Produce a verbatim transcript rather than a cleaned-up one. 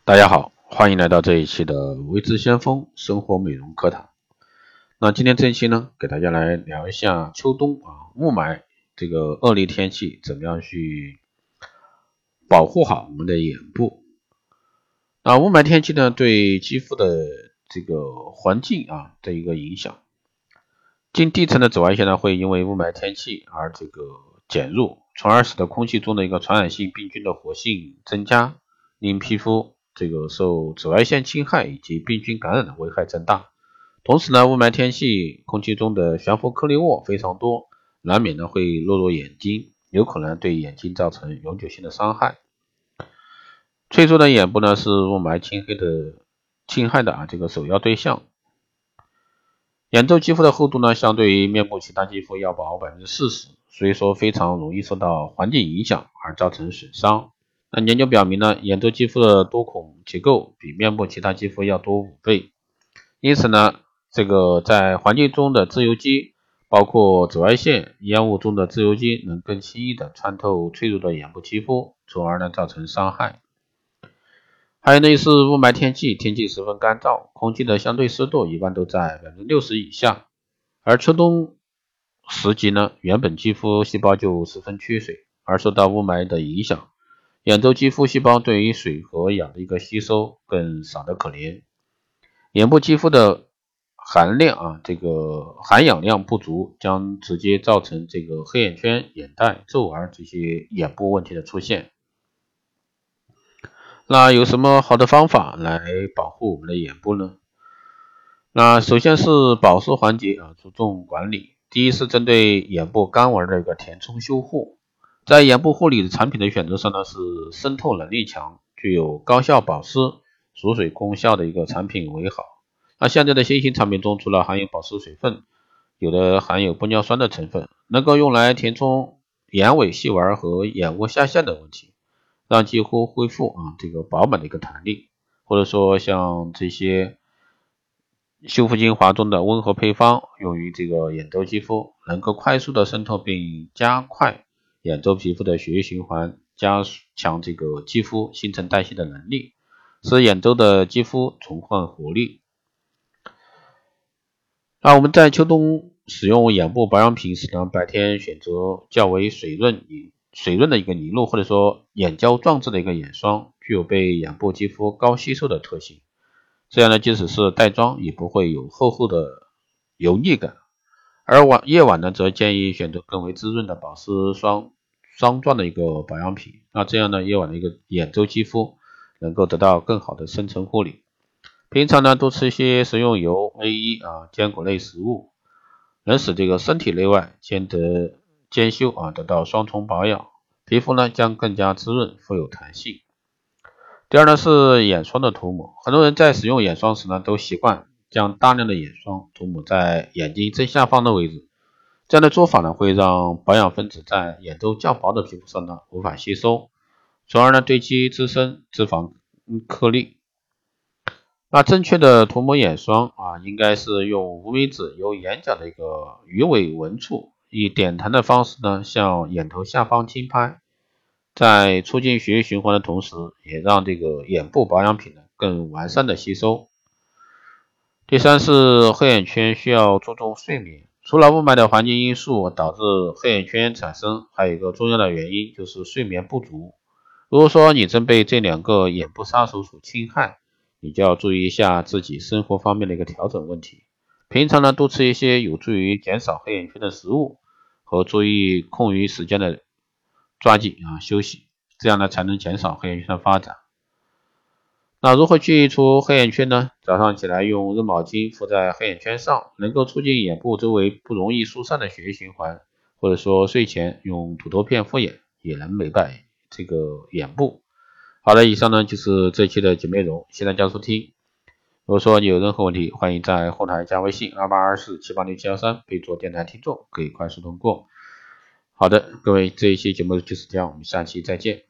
大家好，欢迎来到这一期的微知先锋生活美容课堂。那今天这一期呢，给大家来聊一下秋冬啊雾霾这个恶劣天气怎么样去保护好我们的眼部。那雾霾天气呢，对肌肤的这个环境啊的一个影响，近地层的紫外线呢会因为雾霾天气而这个减弱，从而使得空气中的一个传染性病菌的活性增加，令皮肤这个受紫外线侵害以及病菌感染的危害增大。同时呢，雾霾天气空气中的悬浮颗粒物非常多，难免呢会落入眼睛，有可能对眼睛造成永久性的伤害。脆弱的眼部呢是雾霾侵害的侵害的啊这个首要对象。眼周肌肤的厚度呢相对于面部其他肌肤要薄 百分之四十， 所以说非常容易受到环境影响而造成损伤。那研究表明呢，眼周肌肤的多孔结构比面部其他肌肤要多五倍，因此呢，这个在环境中的自由基，包括紫外线、烟雾中的自由基，能更轻易的穿透脆弱的眼部肌肤，从而呢造成伤害。还有呢是雾霾天气，天气十分干燥，空气的相对湿度一般都在 百分之六十 以下，而秋冬时节呢，原本肌肤细胞就十分缺水，而受到雾霾的影响，眼周肌肤细胞对于水和氧的一个吸收更少得可怜，眼部肌肤的含量啊，这个含氧量不足，将直接造成这个黑眼圈、眼袋、皱纹这些眼部问题的出现。那有什么好的方法来保护我们的眼部呢？那首先是保湿环节啊，注重管理。第一是针对眼部干纹的一个填充修护，在眼部护理的产品的选择上呢，是渗透能力强、具有高效保湿、锁水功效的一个产品为好。那现在的新型产品中，除了含有保湿水分，有的含有玻尿酸的成分，能够用来填充眼尾细纹和眼窝下陷的问题，让肌肤恢复啊这个饱满的一个弹力，或者说像这些修复精华中的温和配方，用于这个眼周肌肤，能够快速的渗透并加快眼周皮肤的血液循环，加强这个肌肤新陈代谢的能力，使眼周的肌肤重焕活力。那我们在秋冬使用眼部保养品时呢，白天选择较为水润水润的一个凝露，或者说眼胶状质的一个眼霜，具有被眼部肌肤高吸收的特性，这样呢即使是带妆也不会有厚厚的油腻感。而晚夜晚呢则建议选择更为滋润的保湿霜霜状的一个保养品，那这样呢夜晚的一个眼周肌肤能够得到更好的深层护理。平常呢多吃一些食用油、A 一 啊坚果类食物，能使这个身体内外兼得兼修啊，得到双重保养，皮肤呢将更加滋润，富有弹性。第二呢是眼霜的涂抹，很多人在使用眼霜时呢，都习惯将大量的眼霜涂抹在眼睛正下方的位置，这样的做法呢，会让保养分子在眼周较薄的皮肤上呢无法吸收，从而呢对其滋生脂肪颗粒。那正确的涂抹眼霜啊，应该是用无名指由眼角的一个鱼尾纹处，以点弹的方式呢，向眼头下方轻拍，在促进血液循环的同时，也让这个眼部保养品呢更完善的吸收。第三是黑眼圈需要注重睡眠，除了雾霾的环境因素导致黑眼圈产生，还有一个重要的原因就是睡眠不足。如果说你正被这两个眼部杀手所侵害，你就要注意一下自己生活方面的一个调整问题。平常呢多吃一些有助于减少黑眼圈的食物，和注意空余时间的抓紧啊休息，这样呢才能减少黑眼圈的发展。那如何去除黑眼圈呢？早上起来用热毛巾敷在黑眼圈上，能够促进眼部周围不容易疏散的血液循环，或者说睡前用土豆片敷眼，也能美白这个眼部。好的，以上呢就是这期的节目内容，谢谢大家收听。如果说你有任何问题，欢迎在后台加微信二八二四七八六七幺三，备注电台听众，可以快速通过。好的，各位，这一期节目就是这样，我们下期再见。